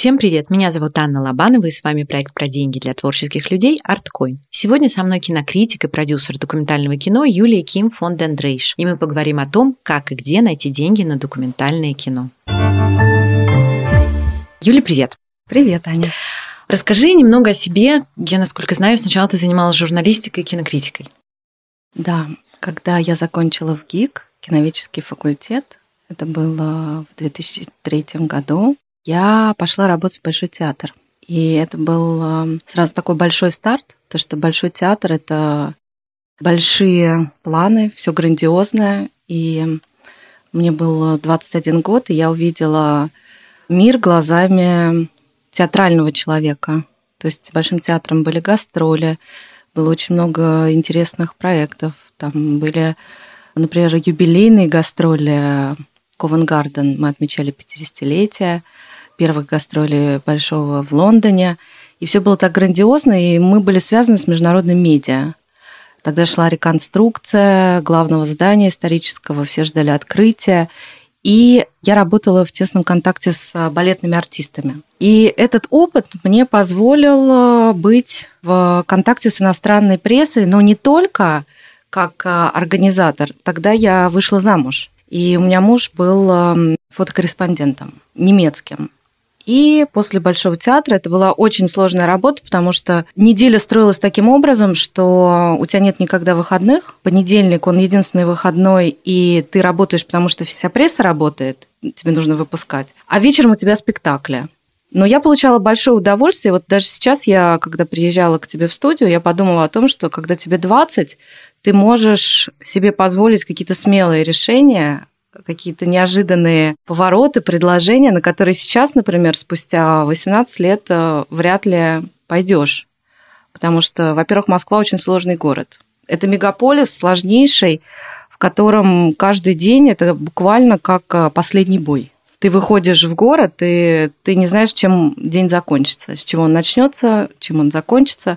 Всем привет! Меня зовут Анна Лобанова, и с вами проект про деньги для творческих людей ArtCoin. Сегодня со мной кинокритик и продюсер документального кино Юлия Ким фон ден Дрейш, и мы поговорим о том, как и где найти деньги на документальное кино. Юля, привет! Привет, Аня! Расскажи немного о себе. Я, насколько знаю, сначала ты занималась журналистикой и кинокритикой. Да, когда я закончила в ГИК, киноведческий факультет, это было в 2003 году, я пошла работать в Большой театр. И это был сразу такой большой старт, потому что Большой театр — это большие планы, все грандиозное. И мне был 21 год, и я увидела мир глазами театрального человека. То есть с Большим театром были гастроли, было очень много интересных проектов. Там были, например, юбилейные гастроли Ковент-Гарден. Мы отмечали 50-летие первых гастролей Большого в Лондоне. И все было так грандиозно, и мы были связаны с международным медиа. Тогда шла реконструкция главного здания исторического, все ждали открытия. И я работала в тесном контакте с балетными артистами. И этот опыт мне позволил быть в контакте с иностранной прессой, но не только как организатор. Тогда я вышла замуж, и у меня муж был фотокорреспондентом немецким. И после Большого театра это была очень сложная работа, потому что неделя строилась таким образом, что у тебя нет никогда выходных. Понедельник, он единственный выходной, и ты работаешь, потому что вся пресса работает, тебе нужно выпускать. А вечером у тебя спектакли. Но я получала большое удовольствие. Вот даже сейчас я, когда приезжала к тебе в студию, я подумала о том, что когда тебе 20, ты можешь себе позволить какие-то смелые решения, какие-то неожиданные повороты, предложения, на которые сейчас, например, спустя 18 лет вряд ли пойдешь. Потому что, во-первых, Москва очень сложный город. Это мегаполис сложнейший, в котором каждый день это буквально как последний бой. Ты выходишь в город, и ты не знаешь, чем день закончится, с чего он начнется, чем он закончится.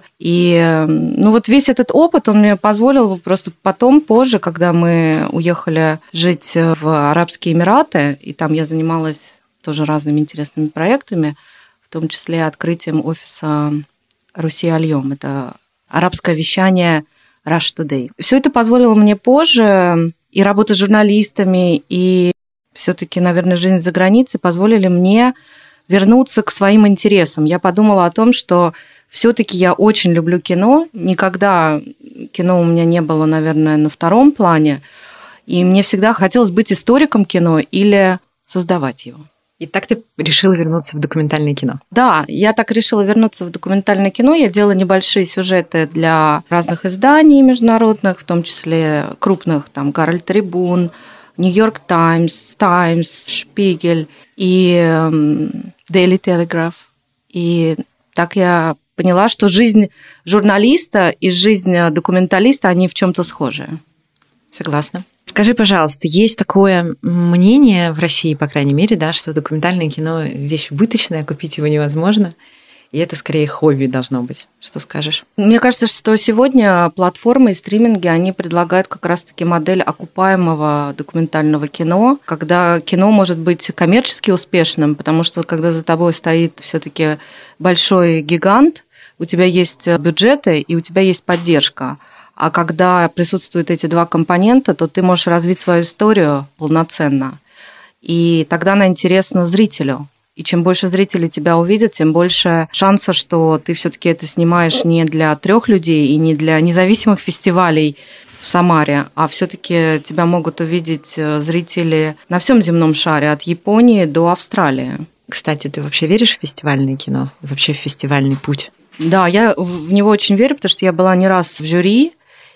И вот весь этот опыт, он мне позволил просто потом, позже, когда мы уехали жить в Арабские Эмираты, и там я занималась тоже разными интересными проектами, в том числе открытием офиса Руси Аль-Йом. Это арабское вещание Rush Today. Все это позволило мне позже и работать с журналистами, и все-таки, наверное, жизнь за границей позволили мне вернуться к своим интересам. Я подумала о том, что все-таки я очень люблю кино. Никогда кино у меня не было, наверное, на втором плане. И мне всегда хотелось быть историком кино или создавать его. И так ты решила вернуться в документальное кино? Да, я так решила вернуться в документальное кино. Я делала небольшие сюжеты для разных изданий международных, в том числе крупных, там, Гарольд Трибун, Нью-Йорк Таймс, Шпигель и Daily Telegraph. И так я поняла, что жизнь журналиста и жизнь документалиста, они в чем-то схожи. Согласна. Скажи, пожалуйста, есть такое мнение в России, по крайней мере, да, что документальное кино – вещь убыточная, купить его невозможно, и это скорее хобби должно быть. Что скажешь? Мне кажется, что сегодня платформы и стриминги, они предлагают как раз-таки модель окупаемого документального кино, когда кино может быть коммерчески успешным, потому что когда за тобой стоит все-таки большой гигант, у тебя есть бюджеты и у тебя есть поддержка. А когда присутствуют эти два компонента, то ты можешь развить свою историю полноценно. И тогда она интересна зрителю. И чем больше зрителей тебя увидят, тем больше шанса, что ты все-таки это снимаешь не для 3 людей и не для независимых фестивалей в Самаре, а все-таки тебя могут увидеть зрители на всем земном шаре, от Японии до Австралии. Кстати, ты вообще веришь в фестивальное кино? Вообще в фестивальный путь? Да, я в него очень верю, потому что я была не раз в жюри,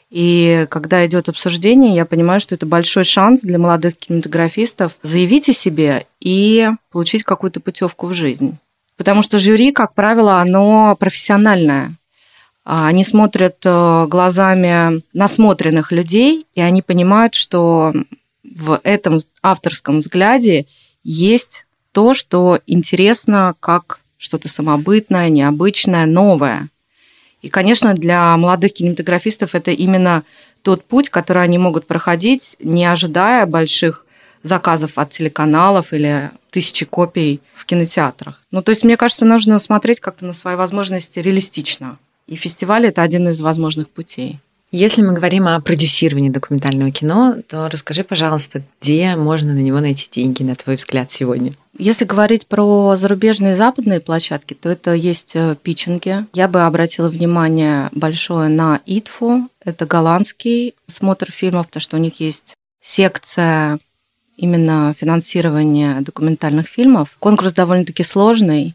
и когда идет обсуждение, я понимаю, что это большой шанс для молодых кинематографистов заявить о себе и получить какую-то путевку в жизнь. Потому что жюри, как правило, оно профессиональное. Они смотрят глазами насмотренных людей, и они понимают, что в этом авторском взгляде есть то, что интересно, как что-то самобытное, необычное, новое. И, конечно, для молодых кинематографистов это именно тот путь, который они могут проходить, не ожидая больших заказов от телеканалов или тысячи копий в кинотеатрах. То есть, мне кажется, нужно смотреть как-то на свои возможности реалистично. И фестиваль – это один из возможных путей. Если мы говорим о продюсировании документального кино, то расскажи, пожалуйста, где можно на него найти деньги, на твой взгляд, сегодня? Если говорить про зарубежные и западные площадки, то это есть питчинги. Я бы обратила внимание большое на ИТФУ. Это голландский смотр фильмов, потому что у них есть секция именно финансирования документальных фильмов. Конкурс довольно-таки сложный,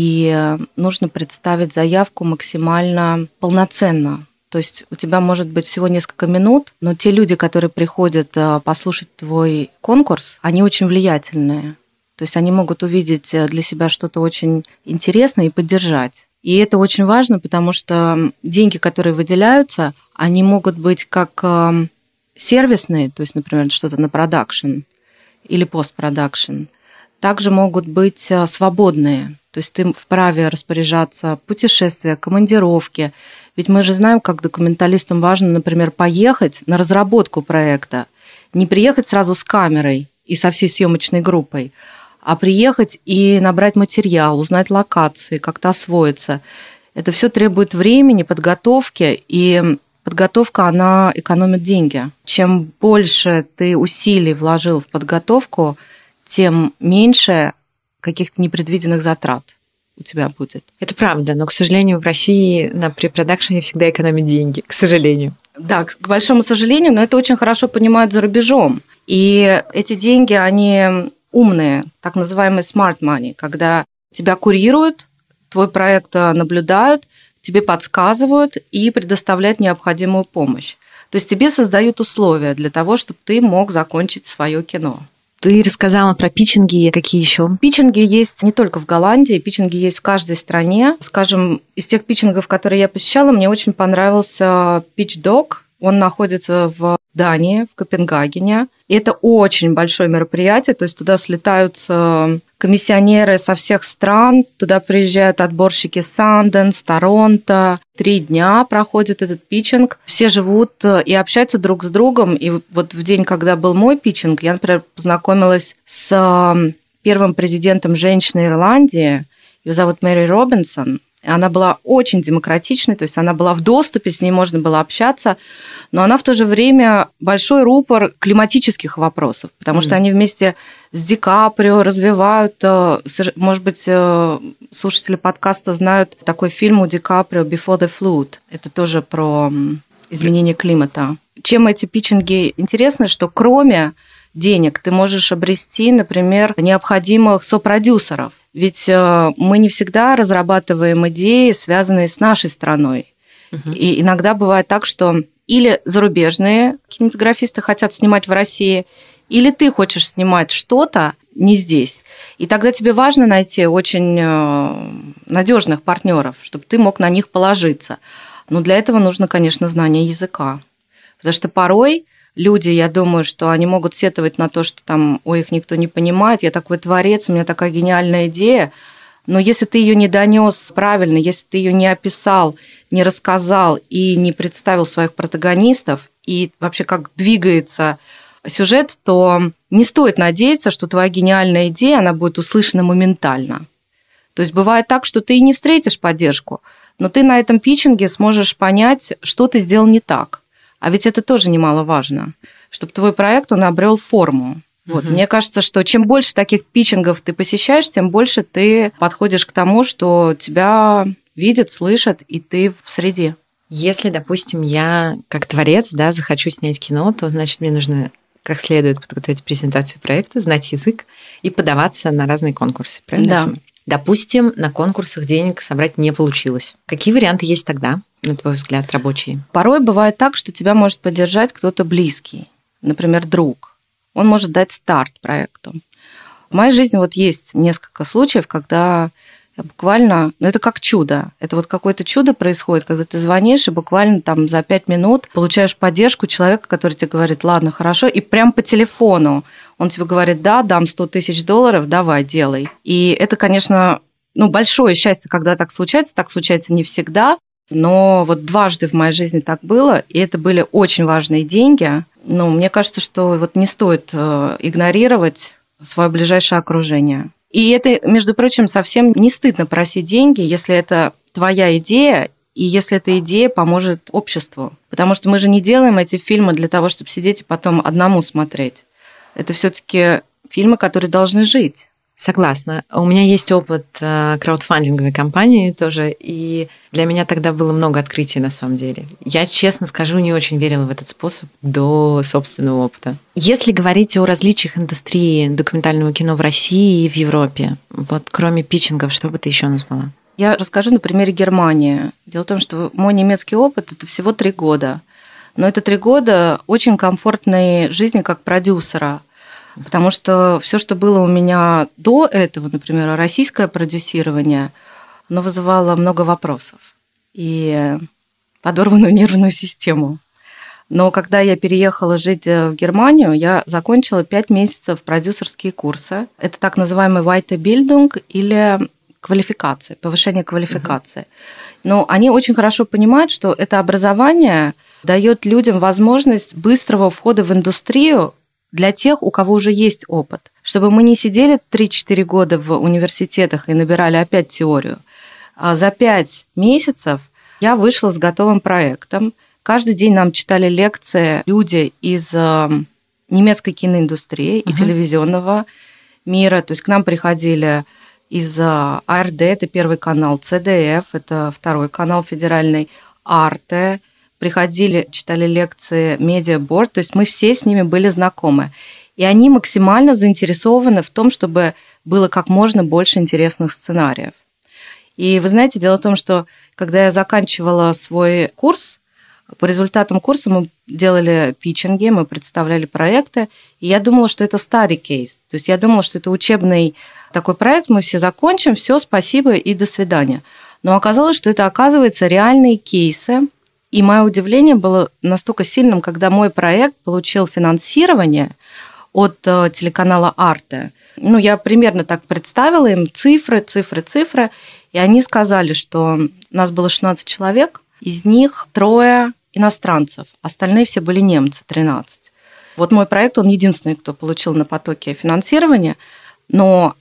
и нужно представить заявку максимально полноценно. То есть у тебя может быть всего несколько минут, но те люди, которые приходят послушать твой конкурс, они очень влиятельные. То есть они могут увидеть для себя что-то очень интересное и поддержать. И это очень важно, потому что деньги, которые выделяются, они могут быть как сервисные, то есть, например, что-то на продакшн или постпродакшн. Также могут быть свободные. То есть ты вправе распоряжаться путешествия, командировки. Ведь мы же знаем, как документалистам важно, например, поехать на разработку проекта. Не приехать сразу с камерой и со всей съемочной группой, а приехать и набрать материал, узнать локации, как-то освоиться. Это все требует времени, подготовки, и подготовка, она экономит деньги. Чем больше ты усилий вложил в подготовку, тем меньше каких-то непредвиденных затрат у тебя будет. Это правда, но, к сожалению, в России на препродакшене всегда экономят деньги, к сожалению. Да, к большому сожалению, но это очень хорошо понимают за рубежом. И эти деньги, они умные, так называемые smart money, когда тебя курируют, твой проект наблюдают, тебе подсказывают и предоставляют необходимую помощь. То есть тебе создают условия для того, чтобы ты мог закончить свое кино. Ты рассказала про питчинги, какие еще? Питчинги есть не только в Голландии, питчинги есть в каждой стране. Скажем, из тех питчингов, которые я посещала, мне очень понравился Pitch Dog. Он находится в Дании, в Копенгагене. И это очень большое мероприятие, то есть туда слетаются комиссионеры со всевсех стран, туда приезжают отборщики Sundance, Торонто. 3 дня проходит этот питчинг. Все живут и общаются друг с другом. И вот в день, когда был мой питчинг, я, например, познакомилась с первым президентом женщины Ирландии. Ее зовут Мэри Робинсон. Она была очень демократичной, то есть она была в доступе, с ней можно было общаться, но она в то же время большой рупор климатических вопросов, потому что они вместе с Ди Каприо развивают, может быть, слушатели подкаста знают такой фильм у Ди Каприо «Before the Flood». Это тоже про изменение климата. Чем эти питчинги интересны, что кроме денег ты можешь обрести, например, необходимых сопродюсеров. Ведь мы не всегда разрабатываем идеи, связанные с нашей страной. И иногда бывает так, что или зарубежные кинематографисты хотят снимать в России, или ты хочешь снимать что-то не здесь. И тогда тебе важно найти очень надежных партнеров, чтобы ты мог на них положиться. Но для этого нужно, конечно, знание языка. Потому что порой люди, я думаю, что они могут сетовать на то, что там, ой, их никто не понимает, я такой творец, у меня такая гениальная идея. Но если ты ее не донес правильно, если ты ее не описал, не рассказал и не представил своих протагонистов, и вообще как двигается сюжет, то не стоит надеяться, что твоя гениальная идея, она будет услышана моментально. То есть бывает так, что ты и не встретишь поддержку, но ты на этом питчинге сможешь понять, что ты сделал не так. А ведь это тоже немаловажно, чтобы твой проект, он обрел форму. Вот. Мне кажется, что чем больше таких питчингов ты посещаешь, тем больше ты подходишь к тому, что тебя видят, слышат, и ты в среде. Если, допустим, я как творец, захочу снять кино, то, значит, мне нужно как следует подготовить презентацию проекта, знать язык и подаваться на разные конкурсы, правильно? Да. Допустим, на конкурсах денег собрать не получилось. Какие варианты есть тогда, на твой взгляд, рабочие? Порой бывает так, что тебя может поддержать кто-то близкий, например, друг. Он может дать старт проекту. В моей жизни вот есть несколько случаев, когда я буквально, это как чудо. Это вот какое-то чудо происходит, когда ты звонишь и буквально там за 5 минут получаешь поддержку человека, который тебе говорит, ладно, хорошо, и прям по телефону он тебе говорит, да, дам $100 000, давай, делай. И это, конечно, большое счастье, когда так случается не всегда, но вот дважды в моей жизни так было, и это были очень важные деньги. мне кажется, что вот не стоит игнорировать свое ближайшее окружение. И это, между прочим, совсем не стыдно просить деньги, если это твоя идея, и если эта идея поможет обществу. Потому что мы же не делаем эти фильмы для того, чтобы сидеть и потом одному смотреть. Это все-таки фильмы, которые должны жить. Согласна. У меня есть опыт краудфандинговой кампании тоже, и для меня тогда было много открытий на самом деле. Я, честно скажу, не очень верила в этот способ до собственного опыта. Если говорить о различиях индустрии документального кино в России и в Европе, вот кроме питчингов, что бы ты еще назвала? Я расскажу на примере Германии. Дело в том, что мой немецкий опыт – это всего 3 года. Но это 3 года очень комфортной жизни как продюсера. Потому что все, что было у меня до этого, например, российское продюсирование, оно вызывало много вопросов и подорванную нервную систему. Но когда я переехала жить в Германию, я закончила 5 месяцев продюсерские курсы. Это так называемый Weiterbildung или квалификация, повышение квалификации. Но они очень хорошо понимают, что это образование дает людям возможность быстрого входа в индустрию для тех, у кого уже есть опыт. Чтобы мы не сидели 3-4 года в университетах и набирали опять теорию. А за 5 месяцев я вышла с готовым проектом. Каждый день нам читали лекции люди из немецкой киноиндустрии и телевизионного мира. То есть к нам приходили из АРД, это первый канал, ЦДФ, это второй канал федеральный, Арте, приходили, читали лекции Медиаборд, то есть мы все с ними были знакомы. И они максимально заинтересованы в том, чтобы было как можно больше интересных сценариев. И вы знаете, дело в том, что когда я заканчивала свой курс, по результатам курса мы делали питчинги, мы представляли проекты, и я думала, что это study case. То есть я думала, что это учебный такой проект, мы все закончим, все, спасибо и до свидания. Но оказалось, что это, оказывается, реальные кейсы. И мое удивление было настолько сильным, когда мой проект получил финансирование от телеканала Арте. Я примерно так представила им цифры, и они сказали, что нас было 16 человек, из них 3 иностранцев, остальные все были немцы, 13. Вот мой проект, он единственный, кто получил на потоке финансирование, но,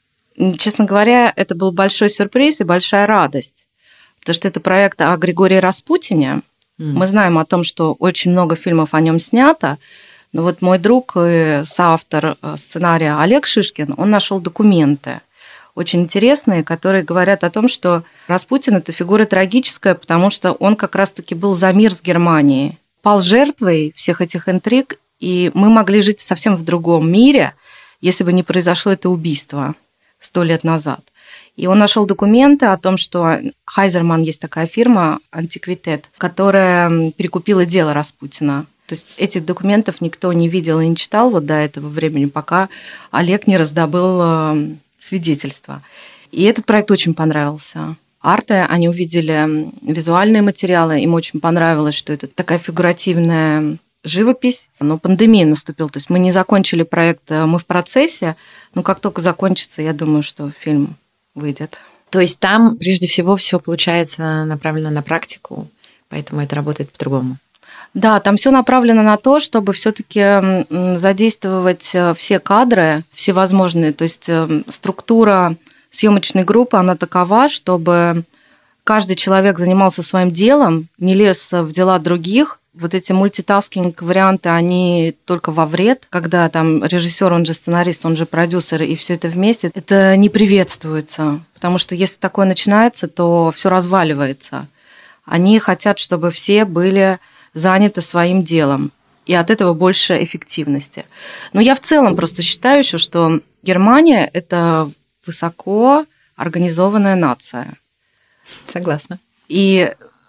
честно говоря, это был большой сюрприз и большая радость. Потому что это проект о Григории Распутине. Мы знаем о том, что очень много фильмов о нем снято, но вот мой друг и соавтор сценария Олег Шишкин, он нашел документы очень интересные, которые говорят о том, что Распутин – это фигура трагическая, потому что он как раз-таки был за мир с Германией, пал жертвой всех этих интриг, и мы могли жить совсем в другом мире, если бы не произошло это убийство 100 лет назад. И он нашел документы о том, что Хайзерман, есть такая фирма, антиквитет, которая перекупила дело Распутина. То есть этих документов никто не видел и не читал вот до этого времени, пока Олег не раздобыл свидетельства. И этот проект очень понравился. Арте, они увидели визуальные материалы, им очень понравилось, что это такая фигуративная живопись. Но пандемия наступила, то есть мы не закончили проект, мы в процессе, но как только закончится, я думаю, что фильм выйдет. То есть там, прежде всего, все получается направлено на практику, поэтому это работает по-другому. Да, там все направлено на то, чтобы все-таки задействовать все кадры, всевозможные. То есть структура съемочной группы, она такова, чтобы каждый человек занимался своим делом, не лез в дела других. Вот эти мультитаскинг-варианты, они только во вред, когда там режиссер, он же сценарист, он же продюсер, и все это вместе, это не приветствуется. Потому что если такое начинается, то все разваливается. Они хотят, чтобы все были заняты своим делом, и от этого больше эффективности. Но я в целом просто считаю еще, что Германия – это высоко организованная нация. Согласна. И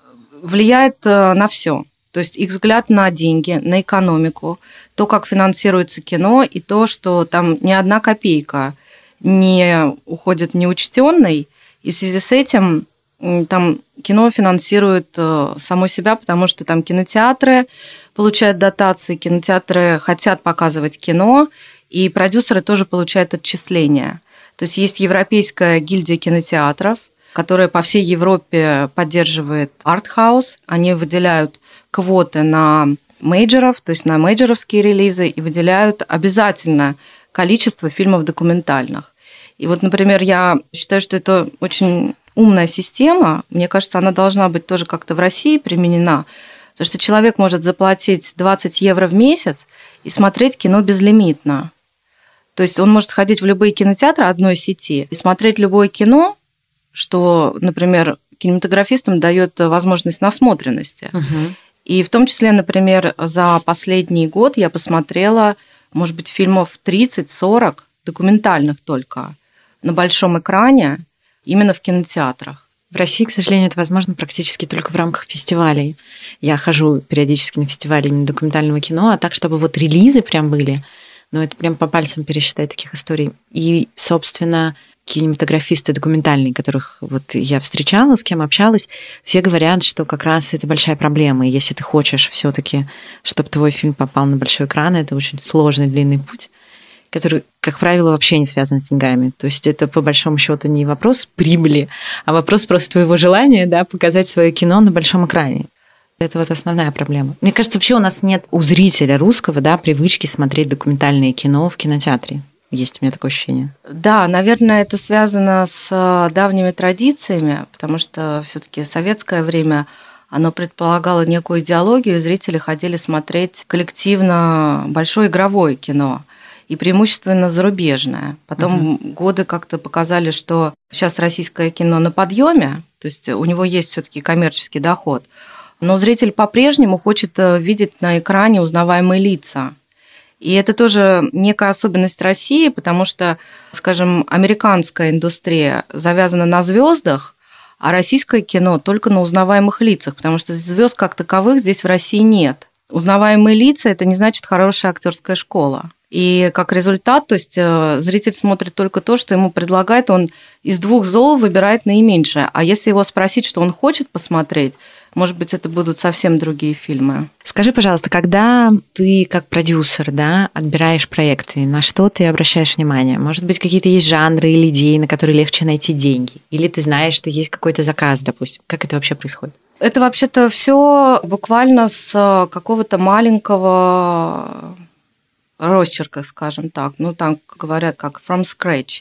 влияет на все. То есть их взгляд на деньги, на экономику, то, как финансируется кино, и то, что там ни одна копейка не уходит неучтенной. И в связи с этим там кино финансирует само себя, потому что там кинотеатры получают дотации, кинотеатры хотят показывать кино, и продюсеры тоже получают отчисления. То есть есть Европейская гильдия кинотеатров, которая по всей Европе поддерживает артхаус. Они выделяют квоты на мейджоров, то есть на мейджоровские релизы, и выделяют обязательно количество фильмов документальных. И вот, например, я считаю, что это очень умная система. Мне кажется, она должна быть тоже как-то в России применена, потому что человек может заплатить 20 евро в месяц и смотреть кино безлимитно. То есть он может ходить в любые кинотеатры одной сети и смотреть любое кино, что, например, кинематографистам дает возможность насмотренности. И в том числе, например, за последний год я посмотрела, может быть, фильмов 30-40, документальных только, на большом экране, именно в кинотеатрах. В России, к сожалению, это возможно практически только в рамках фестивалей. Я хожу периодически на фестивали именно документального кино, а так, чтобы вот релизы прям были, ну, это прям по пальцам пересчитать таких историй. И, собственно, кинематографисты документальные, которых вот я встречала, с кем общалась, все говорят, что как раз это большая проблема. И если ты хочешь все-таки, чтобы твой фильм попал на большой экран, это очень сложный, длинный путь, который, как правило, вообще не связан с деньгами. То есть это, по большому счету, не вопрос прибыли, а вопрос просто твоего желания, да, показать свое кино на большом экране. Это вот основная проблема. Мне кажется, вообще у нас нет у зрителя русского, да, привычки смотреть документальное кино в кинотеатре. Есть у меня такое ощущение. Да, наверное, это связано с давними традициями, потому что все-таки советское время, оно предполагало некую идеологию, и зрители ходили смотреть коллективно большое игровое кино, и преимущественно зарубежное. Потом годы как-то показали, что сейчас российское кино на подъеме, то есть у него есть все-таки коммерческий доход, но зритель по-прежнему хочет видеть на экране узнаваемые лица. И это тоже некая особенность России, потому что, скажем, американская индустрия завязана на звездах, а российское кино только на узнаваемых лицах, потому что звезд как таковых здесь в России нет. Узнаваемые лица – это не значит хорошая актерская школа. И как результат, то есть зритель смотрит только то, что ему предлагает, он из двух зол выбирает наименьшее. А если его спросить, что он хочет посмотреть, может быть, это будут совсем другие фильмы. Скажи, пожалуйста, когда ты как продюсер, да, отбираешь проекты, на что ты обращаешь внимание? Может быть, какие-то есть жанры или идеи, на которые легче найти деньги? Или ты знаешь, что есть какой-то заказ, допустим? Как это вообще происходит? Это вообще-то все буквально с какого-то маленького росчерка, скажем так. Ну, там говорят, как from scratch.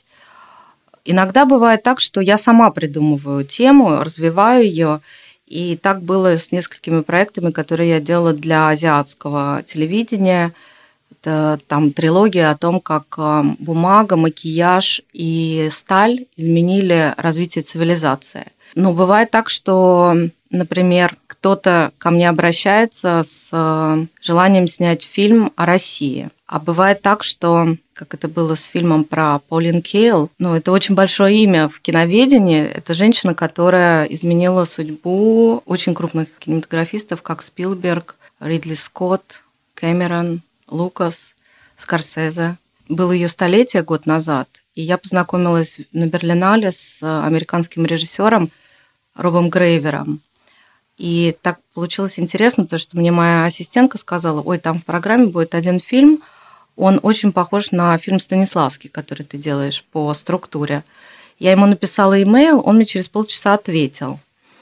Иногда бывает так, что я сама придумываю тему, развиваю ее. И так было с несколькими проектами, которые я делала для азиатского телевидения. Это там трилогия о том, как бумага, макияж и сталь изменили развитие цивилизации. Но бывает так, что, например, кто-то ко мне обращается с желанием снять фильм о России. А бывает так, что, как это было с фильмом про Полин Кейл, ну, это очень большое имя в киноведении. Это женщина, которая изменила судьбу очень крупных кинематографистов, как Спилберг, Ридли Скотт, Кэмерон, Лукас, Скорсезе. Было ее столетие год назад, и я познакомилась на Берлинале с американским режиссером Робом Грейвером. И так получилось интересно, потому что мне моя ассистентка сказала: ой, там в программе будет один фильм, он очень похож на фильм Станиславский, который ты делаешь по структуре. Я ему написала имейл, он мне через полчаса ответил.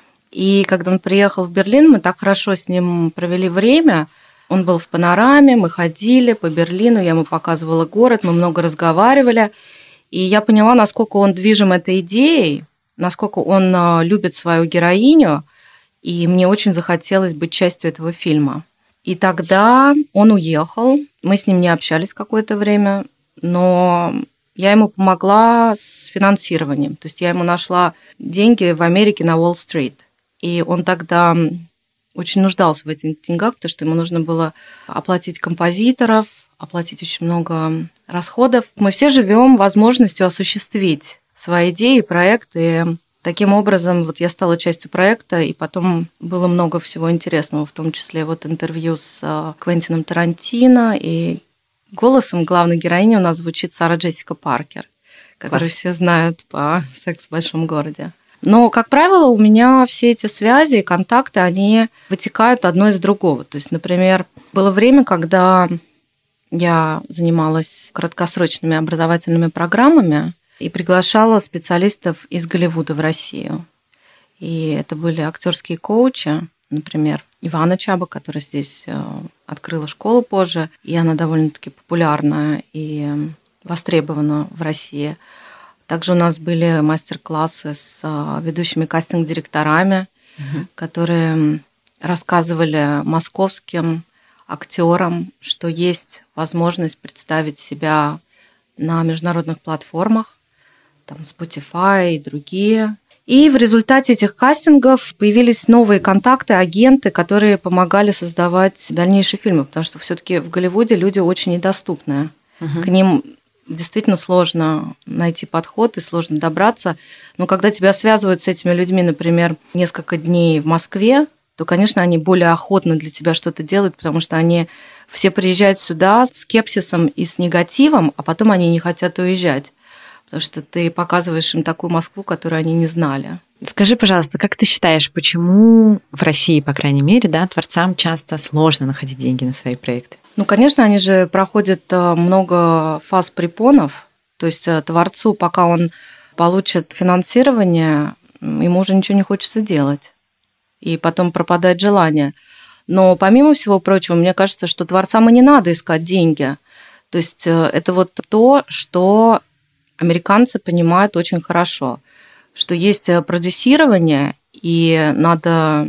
И когда он приехал в Берлин, мы так хорошо с ним провели время. Он был в панораме, мы ходили по Берлину, я ему показывала город, мы много разговаривали. И я поняла, насколько он движим этой идеей, насколько он любит свою героиню, и мне очень захотелось быть частью этого фильма. И тогда он уехал, мы с ним не общались какое-то время, но я ему помогла с финансированием. То есть я ему нашла деньги в Америке на Уолл-стрит. И он тогда очень нуждался в этих деньгах, потому что ему нужно было оплатить композиторов, оплатить очень много расходов. Мы все живем возможностью осуществить свои идеи, проекты. Таким образом, вот я стала частью проекта, и потом было много всего интересного, в том числе вот интервью с Квентином Тарантино, и голосом главной героини у нас звучит Сара Джессика Паркер, которую все знают по «Секс в большом городе». Но, как правило, у меня все эти связи и контакты, они вытекают одно из другого. То есть, например, было время, когда я занималась краткосрочными образовательными программами и приглашала специалистов из Голливуда в Россию. И это были актерские коучи, например. Ивана Чаба, которая здесь открыла школу позже, и она довольно-таки популярна и востребована в России. Также у нас были мастер-классы с ведущими кастинг-директорами, которые рассказывали московским актерам, что есть возможность представить себя на международных платформах, там Spotify и другие. И в результате этих кастингов появились новые контакты, агенты, которые помогали создавать дальнейшие фильмы, потому что все-таки в Голливуде люди очень недоступны. К ним действительно сложно найти подход и сложно добраться. Но когда тебя связывают с этими людьми, например, несколько дней в Москве, то, конечно, они более охотно для тебя что-то делают, потому что они все приезжают сюда с скепсисом и с негативом, а потом они не хотят уезжать, потому что ты показываешь им такую Москву, которую они не знали. Скажи, пожалуйста, как ты считаешь, почему в России, по крайней мере, да, творцам часто сложно находить деньги на свои проекты? Ну, конечно, они же проходят много фаз препонов, то есть творцу, пока он получит финансирование, ему уже ничего не хочется делать, и потом пропадает желание. Но помимо всего прочего, мне кажется, что творцам и не надо искать деньги. То есть это вот то, что американцы понимают очень хорошо, что есть продюсирование, и надо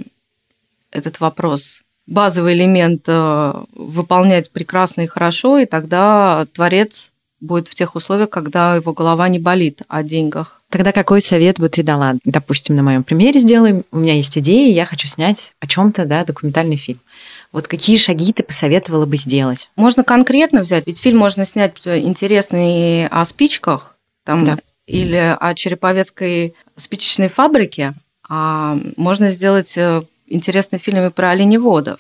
этот вопрос, базовый элемент выполнять прекрасно и хорошо, и тогда творец будет в тех условиях, когда его голова не болит о деньгах. Тогда какой совет бы ты дала? Допустим, на моем примере сделаем. У меня есть идея, я хочу снять о чем-то, да, документальный фильм. Вот какие шаги ты посоветовала бы сделать? Можно конкретно взять, ведь фильм можно снять интересный о спичках, там, да, или о Череповецкой спичечной фабрике, а можно сделать интересный фильм и про оленеводов,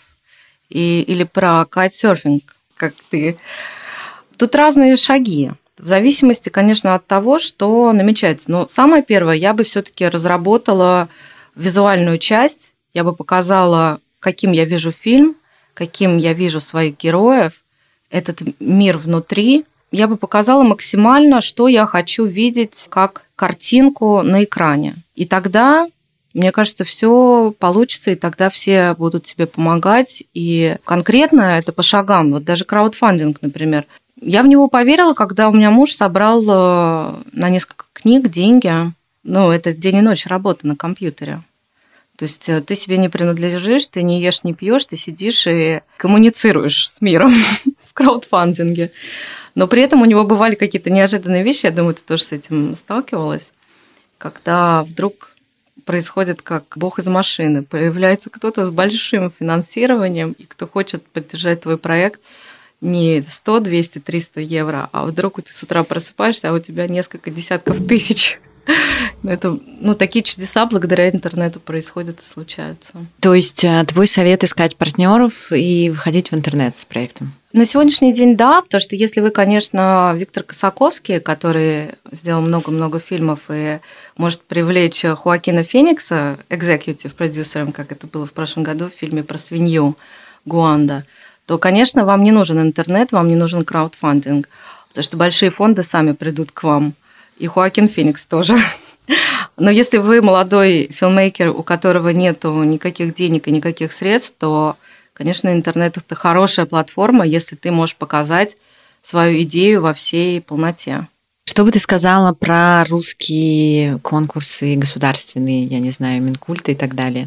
или про кайтсерфинг, как ты. Тут разные шаги, в зависимости, конечно, от того, что намечается. Но самое первое, я бы все-таки разработала визуальную часть, я бы показала, каким я вижу фильм, каким я вижу своих героев, этот мир внутри. Я бы показала максимально, что я хочу видеть как картинку на экране. И тогда, мне кажется, все получится, и тогда все будут тебе помогать. И конкретно это по шагам. Вот даже краудфандинг, например. Я в него поверила, когда у меня муж собрал на несколько книг деньги. Ну, это день и ночь работа на компьютере. То есть ты себе не принадлежишь, ты не ешь, не пьешь, ты сидишь и коммуницируешь с миром в краудфандинге. Но при этом у него бывали какие-то неожиданные вещи, я думаю, ты тоже с этим сталкивалась, когда вдруг происходит как бог из машины, появляется кто-то с большим финансированием, и кто хочет поддержать твой проект не 100, 200, 300 евро, а вдруг ты с утра просыпаешься, а у тебя несколько десятков тысяч. Это, такие чудеса благодаря интернету происходят и случаются. То есть твой совет искать партнеров и выходить в интернет с проектом? На сегодняшний день да, потому что если вы, конечно, Виктор Косаковский, который сделал много-много фильмов и может привлечь Хоакина Феникса, экзекьютив-продюсером, как это было в прошлом году в фильме про свинью Гуанда, то, конечно, вам не нужен интернет, вам не нужен краудфандинг, потому что большие фонды сами придут к вам. И Хоакин Феникс тоже. Но если вы молодой филммейкер, у которого нет никаких денег и никаких средств, то, конечно, интернет – это хорошая платформа, если ты можешь показать свою идею во всей полноте. Что бы ты сказала про русские конкурсы государственные, я не знаю, Минкульта и так далее?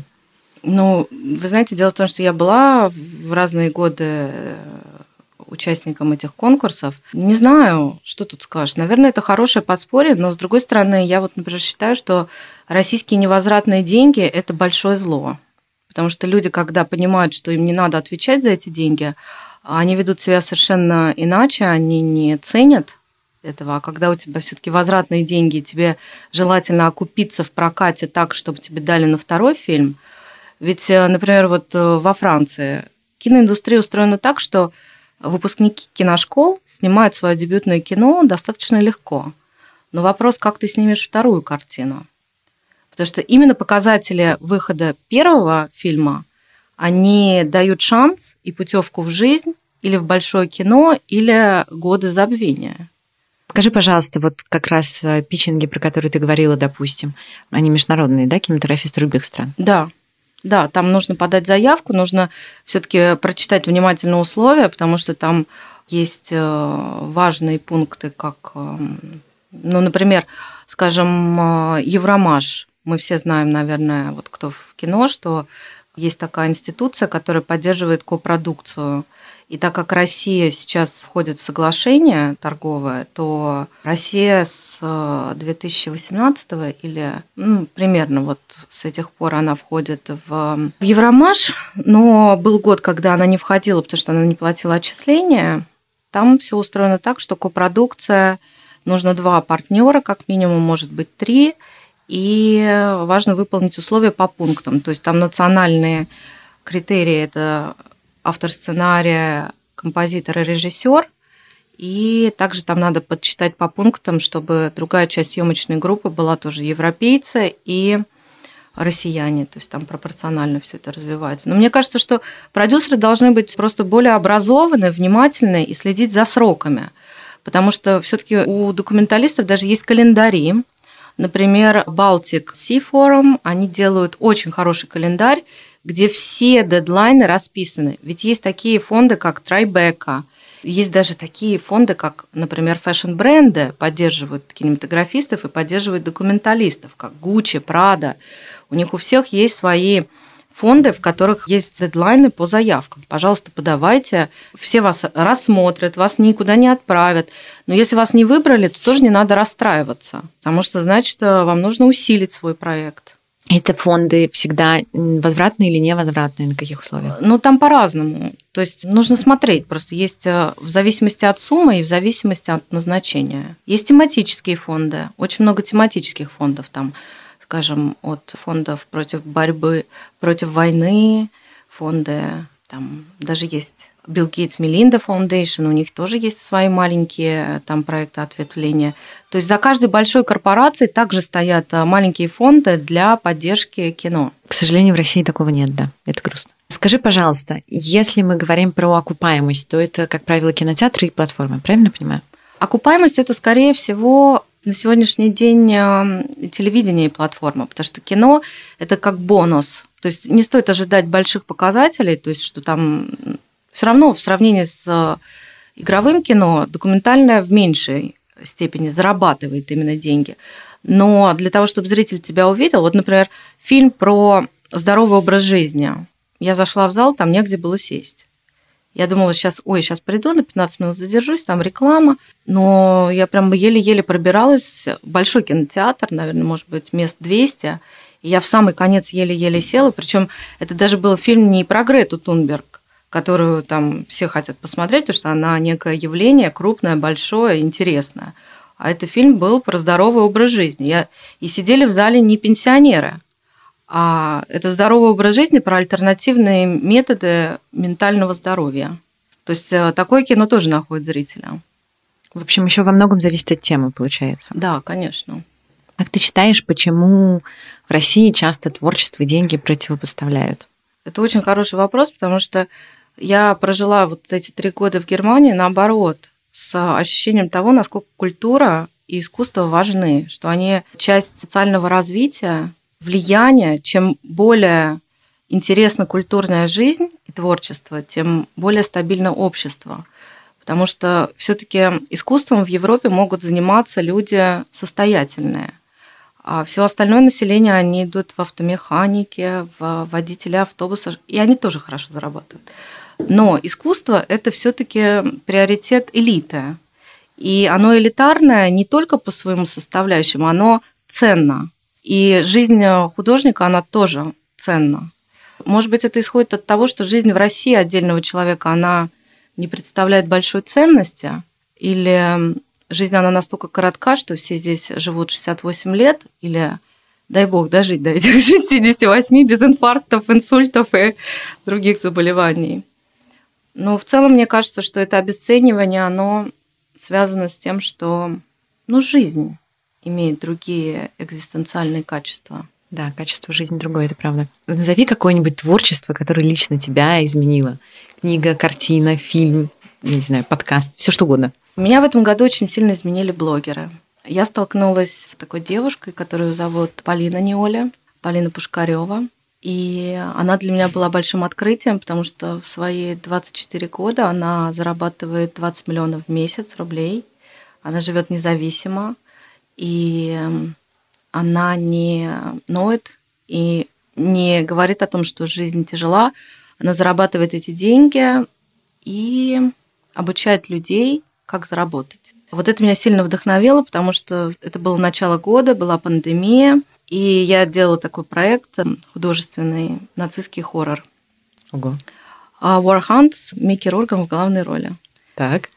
Вы знаете, дело в том, что я была в разные годы участникам этих конкурсов. Не знаю, что тут скажешь. Наверное, это хорошее подспорье, но, с другой стороны, я например, считаю, что российские невозвратные деньги – это большое зло. Потому что люди, когда понимают, что им не надо отвечать за эти деньги, они ведут себя совершенно иначе, они не ценят этого. А когда у тебя все-таки возвратные деньги, тебе желательно окупиться в прокате так, чтобы тебе дали на второй фильм. Ведь, например, во Франции киноиндустрия устроена так, что выпускники киношкол снимают свое дебютное кино достаточно легко. Но вопрос, как ты снимешь вторую картину. Потому что именно показатели выхода первого фильма, они дают шанс и путевку в жизнь или в большое кино, или годы забвения. Скажи, пожалуйста, вот как раз питчинги, про которые ты говорила, допустим, они международные, да, кинематографисты других стран? Да. Да, там нужно подать заявку, нужно все-таки прочитать внимательно условия, потому что там есть важные пункты, как, ну, например, скажем, Евромаш. Мы все знаем, наверное, вот кто в кино, что есть такая институция, которая поддерживает копродукцию. И так как Россия сейчас входит в соглашение торговое, то Россия с 2018 или примерно вот с этих пор она входит в Евромаш, но был год, когда она не входила, потому что она не платила отчисления. Там все устроено так, что копродукция, нужно 2 партнера, как минимум, может быть 3, и важно выполнить условия по пунктам. То есть там национальные критерии – это автор сценария, композитор и режиссер. И также там надо подсчитать по пунктам, чтобы другая часть съемочной группы была тоже европейцы и россияне. То есть там пропорционально все это развивается. Но мне кажется, что продюсеры должны быть просто более образованы, внимательны и следить за сроками. Потому что все-таки у документалистов даже есть календари. Например, Baltic Sea Forum, они делают очень хороший календарь, где все дедлайны расписаны. Ведь есть такие фонды, как Tribeca, есть даже такие фонды, как, например, фэшн-бренды поддерживают кинематографистов и поддерживают документалистов, как Gucci, Prada. У них у всех есть свои фонды, в которых есть дедлайны по заявкам. Пожалуйста, подавайте, все вас рассмотрят, вас никуда не отправят. Но если вас не выбрали, то тоже не надо расстраиваться, потому что, значит, вам нужно усилить свой проект. Это фонды всегда возвратные или невозвратные? На каких условиях? Ну, там по-разному. То есть нужно смотреть. Просто есть в зависимости от суммы и в зависимости от назначения. Есть тематические фонды. Очень много тематических фондов. Там, скажем, от фондов против борьбы, против войны, фонды. Там даже есть Bill Gates Melinda Foundation, у них тоже есть свои маленькие там проекты ответвления. То есть за каждой большой корпорацией также стоят маленькие фонды для поддержки кино. К сожалению, в России такого нет, да, это грустно. Скажи, пожалуйста, если мы говорим про окупаемость, то это, как правило, кинотеатры и платформы, правильно понимаю? Окупаемость – это, скорее всего, на сегодняшний день телевидение и платформа, потому что кино – это как бонус. То есть не стоит ожидать больших показателей, то есть что там все равно в сравнении с игровым кино документальное в меньшей степени зарабатывает именно деньги. Но для того, чтобы зритель тебя увидел, вот, например, фильм про здоровый образ жизни. Я зашла в зал, там негде было сесть. Я думала, сейчас приду, на 15 минут задержусь, там реклама. Но я прям еле-еле пробиралась. Большой кинотеатр, наверное, может быть, мест 200. И я в самый конец еле-еле села. Причем это даже был фильм не про Грету Тунберг, которую там все хотят посмотреть, потому что она некое явление, крупное, большое, интересное. А это фильм был про здоровый образ жизни. И сидели в зале не пенсионеры, а это здоровый образ жизни про альтернативные методы ментального здоровья. То есть такое кино тоже находит зрителя. В общем, еще во многом зависит от темы, получается. Да, конечно. Как ты считаешь, почему в России часто творчество и деньги противопоставляют? Это очень хороший вопрос, потому что я прожила вот эти 3 года в Германии наоборот, с ощущением того, насколько культура и искусство важны, что они часть социального развития, влияния. Чем более интересна культурная жизнь и творчество, тем более стабильно общество. Потому что все-таки искусством в Европе могут заниматься люди состоятельные. А все остальное население, они идут в автомеханике, в водители автобуса, и они тоже хорошо зарабатывают. Но искусство – это все-таки приоритет элиты. И оно элитарное не только по своим составляющим, оно ценно. И жизнь художника, она тоже ценна. Может быть, это исходит от того, что жизнь в России отдельного человека, она не представляет большой ценности, или жизнь, она настолько коротка, что все здесь живут 68 лет, или, дай бог, дожить до этих 68 без инфарктов, инсультов и других заболеваний. Но в целом, мне кажется, что это обесценивание, оно связано с тем, что жизнь имеет другие экзистенциальные качества. Да, качество жизни другое, это правда. Назови какое-нибудь творчество, которое лично тебя изменило. Книга, картина, фильм, не знаю, подкаст, все что угодно. Меня в этом году очень сильно изменили блогеры. Я столкнулась с такой девушкой, которую зовут Полина Неоля, Полина Пушкарева. И она для меня была большим открытием, потому что в свои 24 года она зарабатывает 20 миллионов в месяц рублей. Она живет независимо, и она не ноет и не говорит о том, что жизнь тяжела. Она зарабатывает эти деньги и обучает людей, как заработать. Вот это меня сильно вдохновило, потому что это было начало года, была пандемия, и я делала такой проект художественный, нацистский хоррор. Ого. War Hunt с Микки Рурком в главной роли. Так.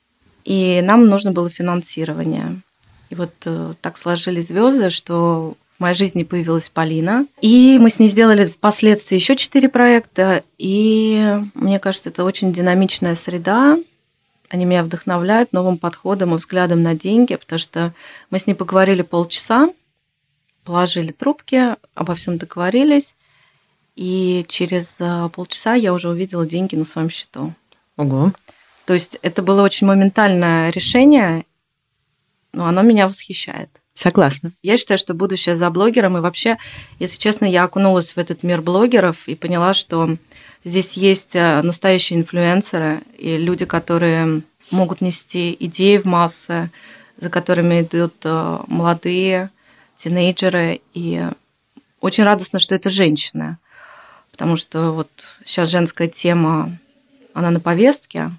И нам нужно было финансирование. И вот так сложились звезды, что в моей жизни появилась Полина. И мы с ней сделали впоследствии еще 4 проекта. И мне кажется, это очень динамичная среда. Они меня вдохновляют новым подходом и взглядом на деньги, потому что мы с ней поговорили полчаса, положили трубки, обо всем договорились. И через полчаса я уже увидела деньги на своем счету. Ого. То есть это было очень моментальное решение, но оно меня восхищает. Согласна. Я считаю, что будущее за блогером. И вообще, если честно, я окунулась в этот мир блогеров и поняла, что здесь есть настоящие инфлюенсеры и люди, которые могут нести идеи в массы, за которыми идут молодые тинейджеры. И очень радостно, что это женщины, потому что вот сейчас женская тема, она на повестке.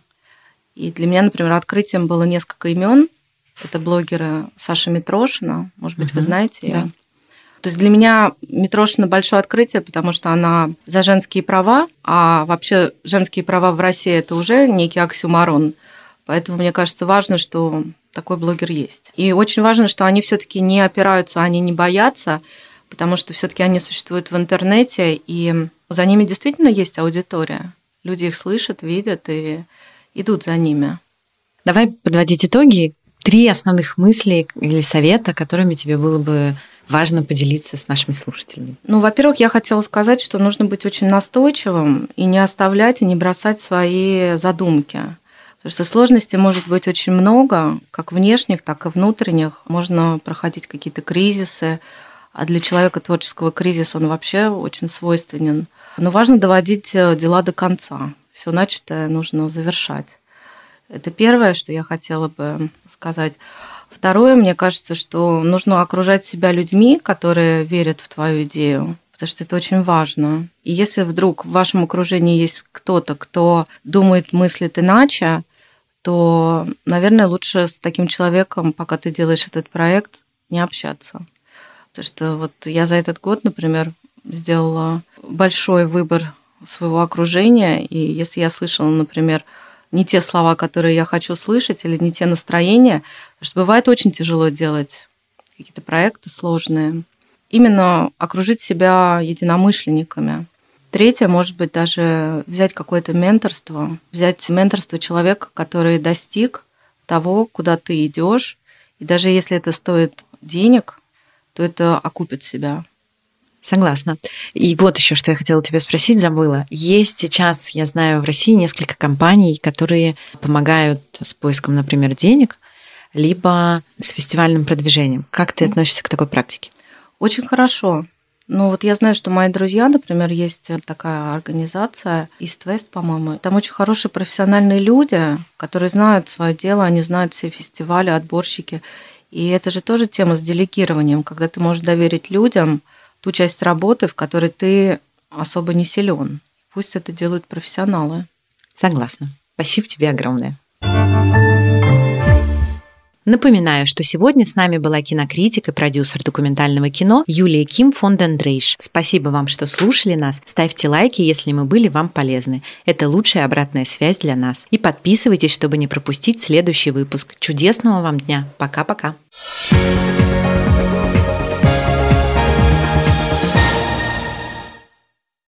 И для меня, например, открытием было несколько имен. Это блогеры Саша Митрошина, может быть, вы знаете ее. Да. То есть для меня Митрошина большое открытие, потому что она за женские права, а вообще женские права в России – это уже некий оксюморон. Поэтому мне кажется важно, что такой блогер есть. И очень важно, что они все-таки не опираются, они не боятся, потому что все-таки они существуют в интернете, и за ними действительно есть аудитория. Люди их слышат, видят и идут за ними. Давай подводить итоги. 3 основных мысли или совета, которыми тебе было бы важно поделиться с нашими слушателями. Ну, во-первых, я хотела сказать, что нужно быть очень настойчивым и не оставлять, и не бросать свои задумки. Потому что сложностей может быть очень много, как внешних, так и внутренних. Можно проходить какие-то кризисы, а для человека творческого кризис он вообще очень свойственен. Но важно доводить дела до конца. Все начатое нужно завершать. Это первое, что я хотела бы сказать. Второе, мне кажется, что нужно окружать себя людьми, которые верят в твою идею, потому что это очень важно. И если вдруг в вашем окружении есть кто-то, кто думает, мыслит иначе, то, наверное, лучше с таким человеком, пока ты делаешь этот проект, не общаться. Потому что вот я за этот год, например, сделала большой выбор своего окружения, и если я слышала, например, не те слова, которые я хочу слышать, или не те настроения, потому что бывает очень тяжело делать какие-то проекты сложные, именно окружить себя единомышленниками. Третье, может быть, даже взять какое-то менторство, взять менторство человека, который достиг того, куда ты идешь, и даже если это стоит денег, то это окупит себя. Согласна. И вот еще, что я хотела у тебя спросить, забыла. Есть сейчас, я знаю, в России несколько компаний, которые помогают с поиском, например, денег, либо с фестивальным продвижением. Как ты относишься к такой практике? Очень хорошо. Ну вот я знаю, что мои друзья, например, есть такая организация East West, по-моему. Там очень хорошие профессиональные люди, которые знают свое дело, они знают все фестивали, отборщики. И это же тоже тема с делегированием, когда ты можешь доверить людям ту часть работы, в которой ты особо не силен. Пусть это делают профессионалы. Согласна. Спасибо тебе огромное. Напоминаю, что сегодня с нами была кинокритик и продюсер документального кино Юлия Ким фон ден Дрейш. Спасибо вам, что слушали нас. Ставьте лайки, если мы были вам полезны. Это лучшая обратная связь для нас. И подписывайтесь, чтобы не пропустить следующий выпуск. Чудесного вам дня. Пока-пока.